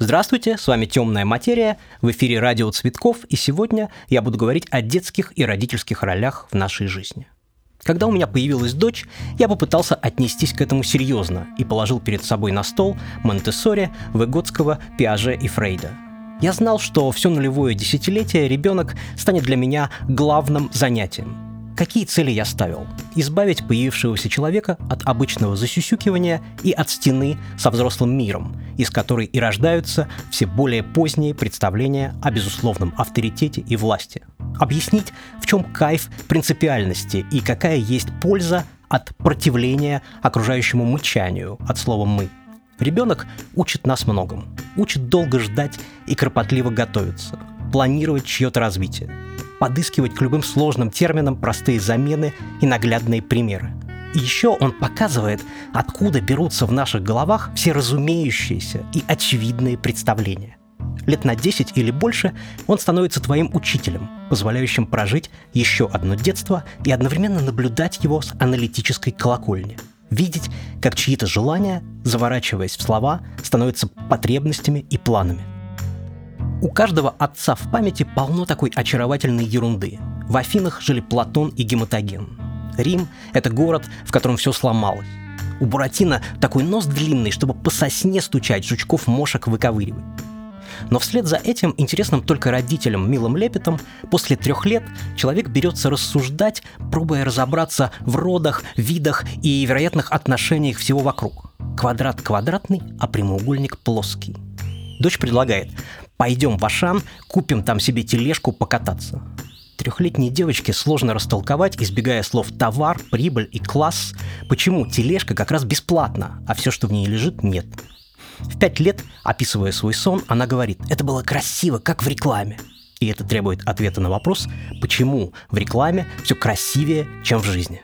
Здравствуйте, с вами «Темная материя», в эфире радио Цветков, и сегодня я буду говорить о детских и родительских ролях в нашей жизни. Когда у меня появилась дочь, я попытался отнестись к этому серьезно и положил перед собой на стол Монтессори, Выготского, Пиаже и Фрейда. Я знал, что все нулевое десятилетие ребенок станет для меня главным занятием. Какие цели я ставил? Избавить появившегося человека от обычного засюсюкивания и от стены со взрослым миром, из которой и рождаются все более поздние представления о безусловном авторитете и власти. Объяснить, в чем кайф принципиальности и какая есть польза от противления окружающему мычанию от слова «мы». Ребенок учит нас многому. Учит долго ждать и кропотливо готовиться, планировать чье-то развитие, подыскивать к любым сложным терминам простые замены и наглядные примеры. И еще он показывает, откуда берутся в наших головах все разумеющиеся и очевидные представления. Лет на 10 или больше он становится твоим учителем, позволяющим прожить еще одно детство и одновременно наблюдать его с аналитической колокольни. Видеть, как чьи-то желания, заворачиваясь в слова, становятся потребностями и планами. У каждого отца в памяти полно такой очаровательной ерунды. В Афинах жили Платон и Гематоген. Рим – это город, в котором все сломалось. У Буратино такой нос длинный, чтобы по сосне стучать, жучков-мошек выковыривать. Но вслед за этим интересным только родителям милым лепетом после 3 лет человек берется рассуждать, пробуя разобраться в родах, видах и вероятных отношениях всего вокруг. Квадрат квадратный, а прямоугольник плоский. Дочь предлагает: «Пойдем в Ашан, купим там себе тележку покататься». 3-летней девочке сложно растолковать, избегая слов «товар», «прибыль» и «класс», почему тележка как раз бесплатна, а все, что в ней лежит, нет. В 5 лет, описывая свой сон, она говорит: «Это было красиво, как в рекламе». И это требует ответа на вопрос, почему в рекламе все красивее, чем в жизни.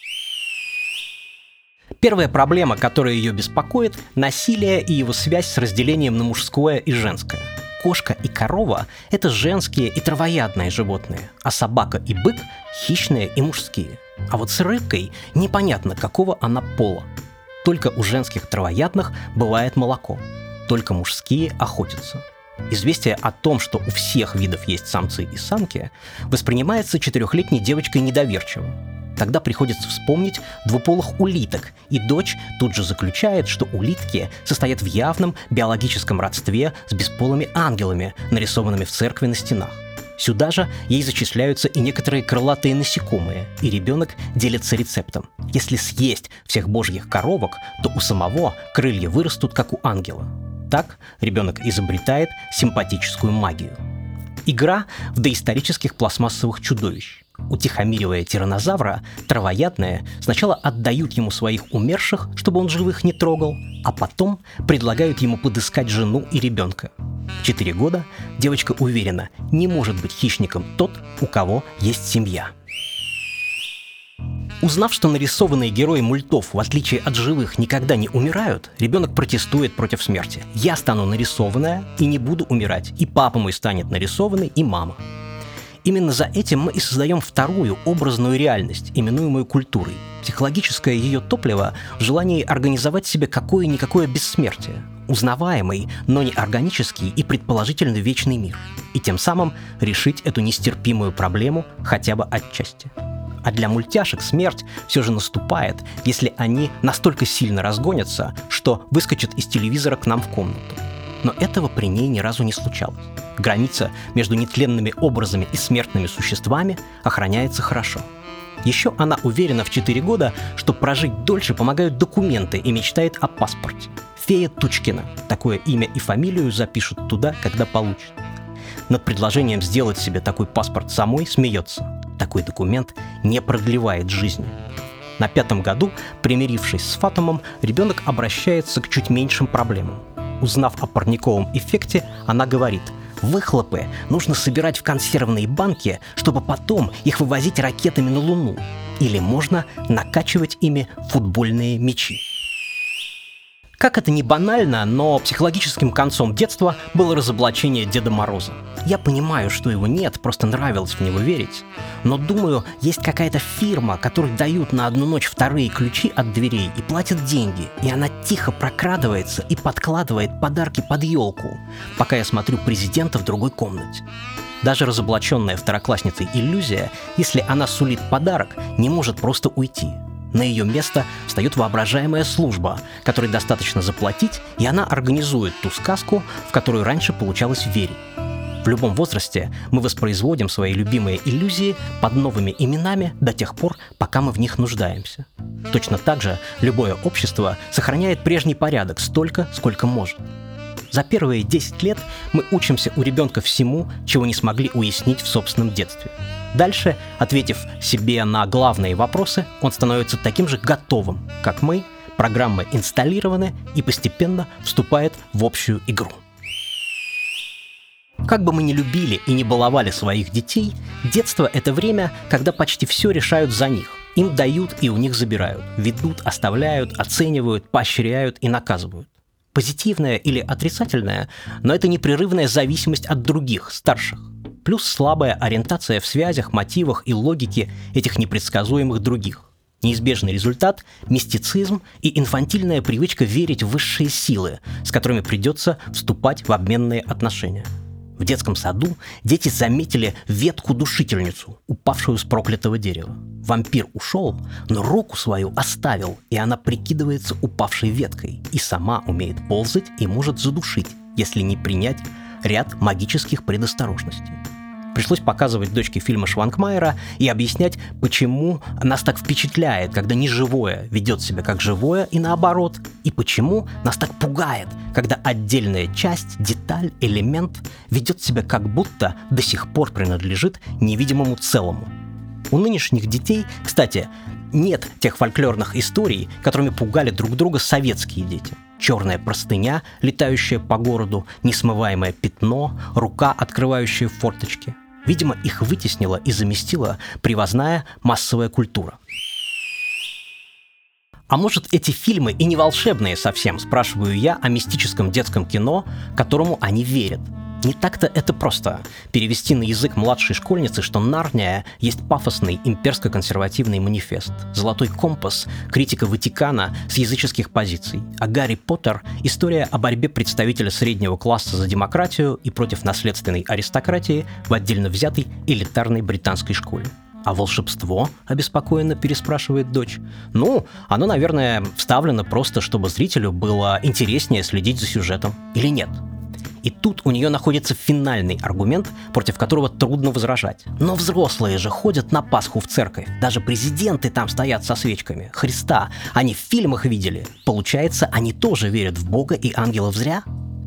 Первая проблема, которая ее беспокоит – насилие и его связь с разделением на мужское и женское. Кошка и корова – это женские и травоядные животные, а собака и бык – хищные и мужские. А вот с рыбкой непонятно, какого она пола. Только у женских травоядных бывает молоко, только мужские охотятся. Известие о том, что у всех видов есть самцы и самки, воспринимается 4-летней девочкой недоверчиво. Тогда приходится вспомнить двуполых улиток, и дочь тут же заключает, что улитки состоят в явном биологическом родстве с бесполыми ангелами, нарисованными в церкви на стенах. Сюда же ей зачисляются и некоторые крылатые насекомые, и ребенок делится рецептом. Если съесть всех божьих коровок, то у самого крылья вырастут, как у ангела. Так ребенок изобретает симпатическую магию. Игра в доисторических пластмассовых чудовищ. Утихомиривая тираннозавра, травоядные сначала отдают ему своих умерших, чтобы он живых не трогал, а потом предлагают ему подыскать жену и ребенка. В 4 года девочка уверена, не может быть хищником тот, у кого есть семья. Узнав, что нарисованные герои мультов, в отличие от живых, никогда не умирают, ребенок протестует против смерти. «Я стану нарисованная и не буду умирать, и папа мой станет нарисованный, и мама». Именно за этим мы и создаем вторую образную реальность, именуемую культурой. Психологическое ее топливо в желании организовать себе какое-никакое бессмертие, узнаваемый, но не органический и предположительно вечный мир, и тем самым решить эту нестерпимую проблему хотя бы отчасти. А для мультяшек смерть все же наступает, если они настолько сильно разгонятся, что выскочат из телевизора к нам в комнату. Но этого при ней ни разу не случалось. Граница между нетленными образами и смертными существами охраняется хорошо. Еще она уверена в 4 года, что прожить дольше помогают документы, и мечтает о паспорте. Фея Тучкина. Такое имя и фамилию запишут туда, когда получит. Над предложением сделать себе такой паспорт самой смеется. Такой документ не продлевает жизни. На 5-м году, примирившись с Фатумом, ребенок обращается к чуть меньшим проблемам. Узнав о парниковом эффекте, она говорит: «Выхлопы нужно собирать в консервные банки, чтобы потом их вывозить ракетами на Луну. Или можно накачивать ими футбольные мячи». Как это ни банально, но психологическим концом детства было разоблачение Деда Мороза. Я понимаю, что его нет, просто нравилось в него верить. Но думаю, есть какая-то фирма, которой дают на одну ночь вторые ключи от дверей и платят деньги, и она тихо прокрадывается и подкладывает подарки под елку, пока я смотрю «Президента» в другой комнате. Даже разоблаченная второклассницей иллюзия, если она сулит подарок, не может просто уйти. На ее место встает воображаемая служба, которой достаточно заплатить, и она организует ту сказку, в которую раньше получалось верить. В любом возрасте мы воспроизводим свои любимые иллюзии под новыми именами до тех пор, пока мы в них нуждаемся. Точно так же любое общество сохраняет прежний порядок столько, сколько может. За первые 10 лет мы учимся у ребенка всему, чего не смогли уяснить в собственном детстве. Дальше, ответив себе на главные вопросы, он становится таким же готовым, как мы, программы инсталлированы и постепенно вступает в общую игру. Как бы мы ни любили и не баловали своих детей, детство — это время, когда почти все решают за них. Им дают и у них забирают, ведут, оставляют, оценивают, поощряют и наказывают. Позитивное или отрицательное, но это непрерывная зависимость от других, старших. Плюс слабая ориентация в связях, мотивах и логике этих непредсказуемых других. Неизбежный результат – мистицизм и инфантильная привычка верить в высшие силы, с которыми придется вступать в обменные отношения. В детском саду дети заметили ветку-душительницу, упавшую с проклятого дерева. Вампир ушел, но руку свою оставил, и она прикидывается упавшей веткой, и сама умеет ползать и может задушить, если не принять ряд магических предосторожностей. Пришлось показывать дочке фильмы Швангмайера и объяснять, почему нас так впечатляет, когда неживое ведет себя как живое и наоборот, и почему нас так пугает, когда отдельная часть, деталь, элемент ведет себя как будто до сих пор принадлежит невидимому целому. У нынешних детей, кстати, нет тех фольклорных историй, которыми пугали друг друга советские дети. Черная простыня, летающая по городу, несмываемое пятно, рука, открывающая форточки. Видимо, их вытеснила и заместила привозная массовая культура. А может, эти фильмы и не волшебные совсем, спрашиваю я о мистическом детском кино, которому они верят. Не так-то это просто — перевести на язык младшей школьницы, что Нарния есть пафосный имперско-консервативный манифест, золотой компас, критика Ватикана с языческих позиций, а Гарри Поттер — история о борьбе представителя среднего класса за демократию и против наследственной аристократии в отдельно взятой элитарной британской школе. А волшебство? — обеспокоенно переспрашивает дочь. Ну, оно, наверное, вставлено просто, чтобы зрителю было интереснее следить за сюжетом. Или нет? И тут у нее находится финальный аргумент, против которого трудно возражать. Но взрослые же ходят на Пасху в церковь. Даже президенты там стоят со свечками. Христа они в фильмах видели. Получается, они тоже верят в Бога и ангелов зря?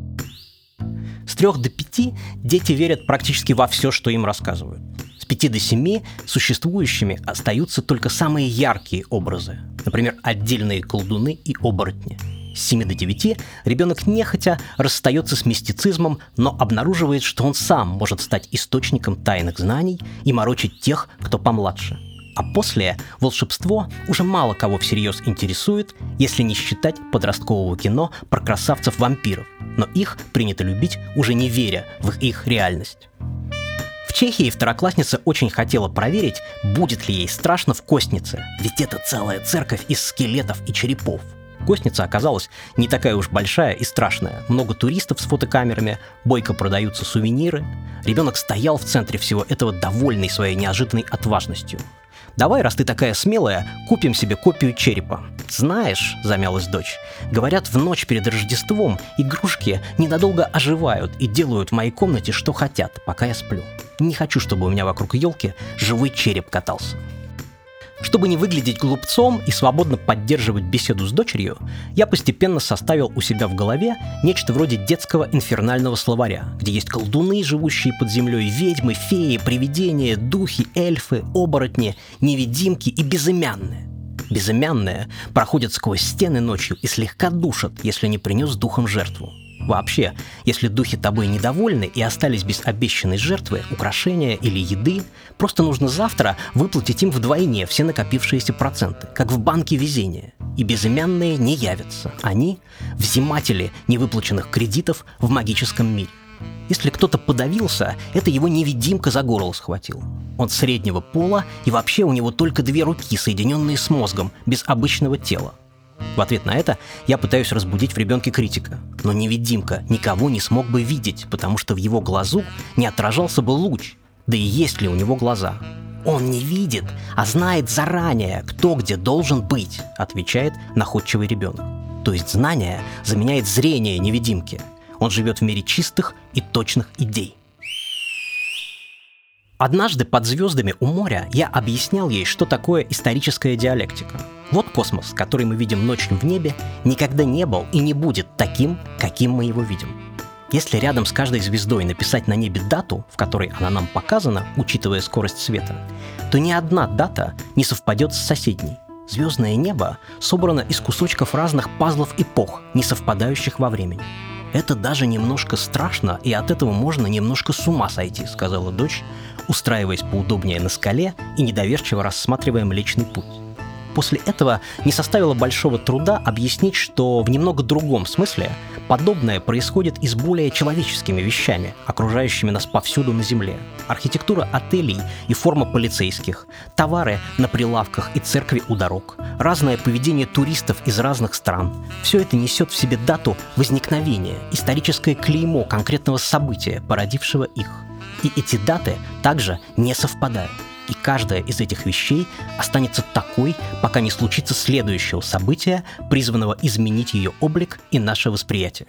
С 3 до 5 дети верят практически во все, что им рассказывают. С 5 до 7 существующими остаются только самые яркие образы. Например, отдельные колдуны и оборотни. С 7 до 9 ребенок нехотя расстается с мистицизмом, но обнаруживает, что он сам может стать источником тайных знаний и морочить тех, кто помладше. А после волшебство уже мало кого всерьез интересует, если не считать подросткового кино про красавцев-вампиров, но их принято любить, уже не веря в их реальность. В Чехии второклассница очень хотела проверить, будет ли ей страшно в Костнице, ведь это целая церковь из скелетов и черепов. Костница оказалась не такая уж большая и страшная. Много туристов с фотокамерами, бойко продаются сувениры. Ребенок стоял в центре всего этого, довольный своей неожиданной отважностью. «Давай, раз ты такая смелая, купим себе копию черепа». «Знаешь», — замялась дочь, — «говорят, в ночь перед Рождеством игрушки ненадолго оживают и делают в моей комнате, что хотят, пока я сплю. Не хочу, чтобы у меня вокруг елки живой череп катался». Чтобы не выглядеть глупцом и свободно поддерживать беседу с дочерью, я постепенно составил у себя в голове нечто вроде детского инфернального словаря, где есть колдуны, живущие под землей, ведьмы, феи, привидения, духи, эльфы, оборотни, невидимки и безымянные. Безымянные проходят сквозь стены ночью и слегка душат, если не принес духом жертву. Вообще, если духи тобой недовольны и остались без обещанной жертвы, украшения или еды, просто нужно завтра выплатить им вдвойне все накопившиеся проценты, как в банке везения. и безымянные не явятся. Они – взиматели невыплаченных кредитов в магическом мире. Если кто-то подавился, это его невидимка за горло схватил. Он среднего пола, и вообще у него только 2 руки, соединенные с мозгом, без обычного тела. В ответ на это я пытаюсь разбудить в ребенке критика. Но невидимка никого не смог бы видеть, потому что в его глазу не отражался бы луч. Да и есть ли у него глаза? «Он не видит, а знает заранее, кто где должен быть», отвечает находчивый ребенок. То есть знание заменяет зрение невидимки. Он живет в мире чистых и точных идей. Однажды под звездами у моря я объяснял ей, что такое историческая диалектика. Вот космос, который мы видим ночью в небе, никогда не был и не будет таким, каким мы его видим. Если рядом с каждой звездой написать на небе дату, в которой она нам показана, учитывая скорость света, то ни одна дата не совпадет с соседней. Звездное небо собрано из кусочков разных пазлов эпох, не совпадающих во времени. «Это даже немножко страшно, и от этого можно немножко с ума сойти», — сказала дочь, устраиваясь поудобнее на скале и недоверчиво рассматривая Млечный Путь. После этого не составило большого труда объяснить, что в немного другом смысле подобное происходит и с более человеческими вещами, окружающими нас повсюду на Земле. Архитектура отелей и форма полицейских, товары на прилавках и церкви у дорог, разное поведение туристов из разных стран – все это несет в себе дату возникновения, историческое клеймо конкретного события, породившего их. И эти даты также не совпадают. И каждая из этих вещей останется такой, пока не случится следующего события, призванного изменить ее облик и наше восприятие.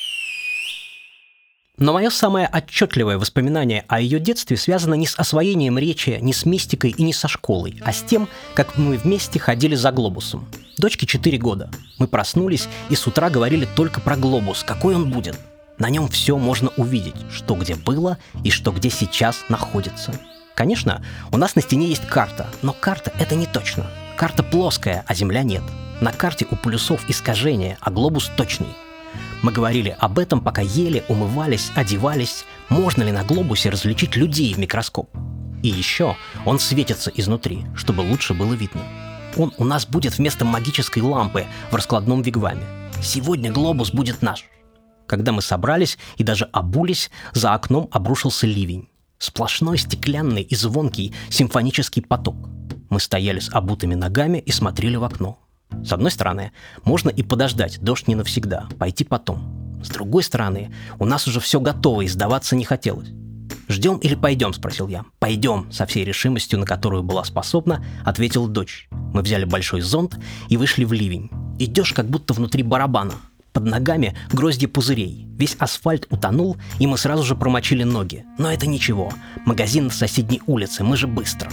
Но мое самое отчетливое воспоминание о ее детстве связано не с освоением речи, не с мистикой и не со школой, а с тем, как мы вместе ходили за глобусом. Дочке 4 года. Мы проснулись и с утра говорили только про глобус, какой он будет. На нем все можно увидеть, что где было и что где сейчас находится. Конечно, у нас на стене есть карта, но карта — это не точно. Карта плоская, а Земля нет. На карте у полюсов искажения, а глобус точный. Мы говорили об этом, пока ели, умывались, одевались. Можно ли на глобусе различить людей в микроскоп? И еще он светится изнутри, чтобы лучше было видно. Он у нас будет вместо магической лампы в раскладном вигваме. Сегодня глобус будет наш. Когда мы собрались и даже обулись, за окном обрушился ливень. Сплошной стеклянный и звонкий симфонический поток. Мы стояли с обутыми ногами и смотрели в окно. С одной стороны, можно и подождать, дождь не навсегда, пойти потом. С другой стороны, у нас уже все готово и сдаваться не хотелось. «Ждем или пойдем?» – спросил я. «Пойдем», – со всей решимостью, на которую была способна, ответила дочь. Мы взяли большой зонт и вышли в ливень. Идешь, как будто внутри барабана. Под ногами гроздья пузырей. Весь асфальт утонул, и мы сразу же промочили ноги. Но это ничего. Магазин на соседней улице, мы же быстро.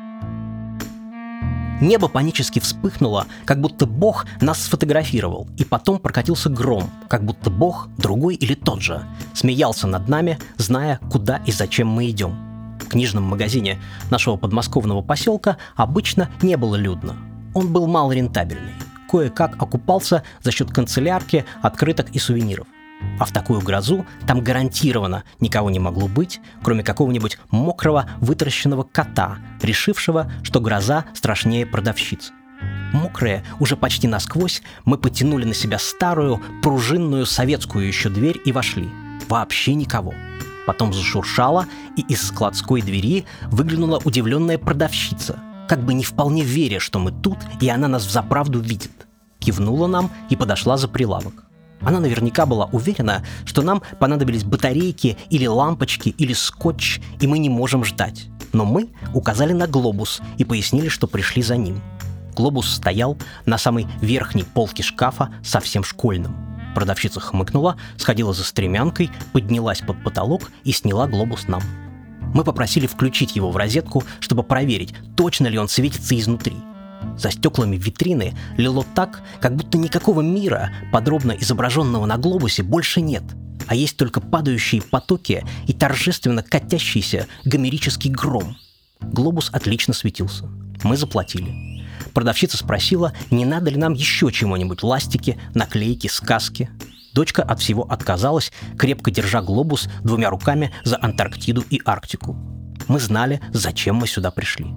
Небо панически вспыхнуло, как будто Бог нас сфотографировал, и потом прокатился гром, как будто Бог, другой или тот же, смеялся над нами, зная, куда и зачем мы идем. В книжном магазине нашего подмосковного поселка обычно не было людно. Он был малорентабельный. Кое-как окупался за счет канцелярки, открыток и сувениров. А в такую грозу там гарантированно никого не могло быть, кроме какого-нибудь мокрого вытаращенного кота, решившего, что гроза страшнее продавщицы. Мокрые, уже почти насквозь, мы потянули на себя старую, пружинную советскую еще дверь и вошли. Вообще никого. Потом зашуршало, и из складской двери выглянула удивленная продавщица, как бы не вполне веря, что мы тут, и она нас взаправду видит. Кивнула нам и подошла за прилавок. Она наверняка была уверена, что нам понадобились батарейки или лампочки или скотч, и мы не можем ждать. Но мы указали на глобус и пояснили, что пришли за ним. Глобус стоял на самой верхней полке шкафа, совсем школьным. Продавщица хмыкнула, сходила за стремянкой, поднялась под потолок и сняла глобус нам. Мы попросили включить его в розетку, чтобы проверить, точно ли он светится изнутри. За стеклами витрины лило так, как будто никакого мира, подробно изображенного на глобусе, больше нет, а есть только падающие потоки и торжественно катящийся гомерический гром. Глобус отлично светился. Мы заплатили. Продавщица спросила, не надо ли нам еще чего-нибудь: ластики, наклейки, сказки. Дочка от всего отказалась, крепко держа глобус 2 руками за Антарктиду и Арктику. Мы знали, зачем мы сюда пришли.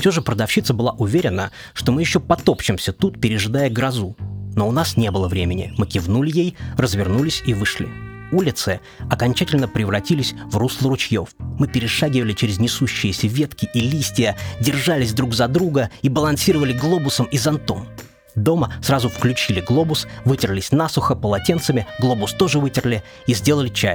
Все же продавщица была уверена, что мы еще потопчемся тут, пережидая грозу. Но у нас не было времени. Мы кивнули ей, развернулись и вышли. Улицы окончательно превратились в русло ручьев. Мы перешагивали через несущиеся ветки и листья, держались друг за друга и балансировали глобусом и зонтом. Дома сразу включили глобус, вытерлись насухо полотенцами, глобус тоже вытерли и сделали чаю.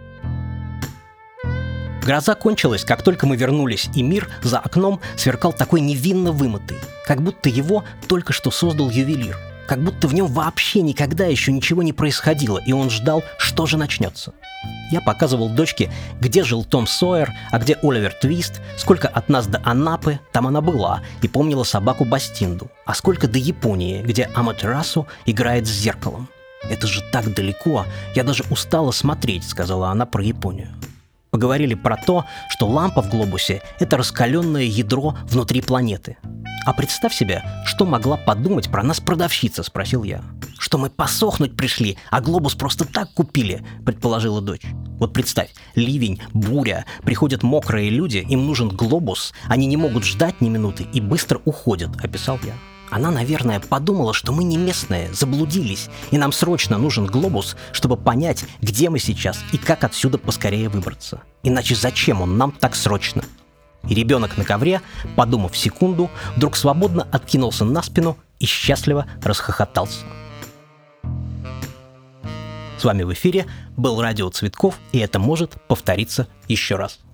Гроза кончилась, как только мы вернулись, и мир за окном сверкал такой невинно вымытый, как будто его только что создал ювелир, как будто в нем вообще никогда еще ничего не происходило, и он ждал, что же начнется. Я показывал дочке, где жил Том Сойер, а где Оливер Твист, сколько от нас до Анапы, там она была, и помнила собаку Бастинду, а сколько до Японии, где Аматерасу играет с зеркалом. «Это же так далеко, я даже устала смотреть», — сказала она про Японию. Поговорили про то, что лампа в глобусе — это раскаленное ядро внутри планеты. «А представь себе, что могла подумать про нас продавщица?» — спросил я. «Что мы посохнуть пришли, а глобус просто так купили», — предположила дочь. «Вот представь, ливень, буря, приходят мокрые люди, им нужен глобус, они не могут ждать ни минуты и быстро уходят», — описал я. Она, наверное, подумала, что мы не местные, заблудились, и нам срочно нужен глобус, чтобы понять, где мы сейчас и как отсюда поскорее выбраться. Иначе зачем он нам так срочно?» И ребенок на ковре, подумав секунду, вдруг свободно откинулся на спину и счастливо расхохотался. С вами в эфире был Радио Цветков, и это может повториться еще раз.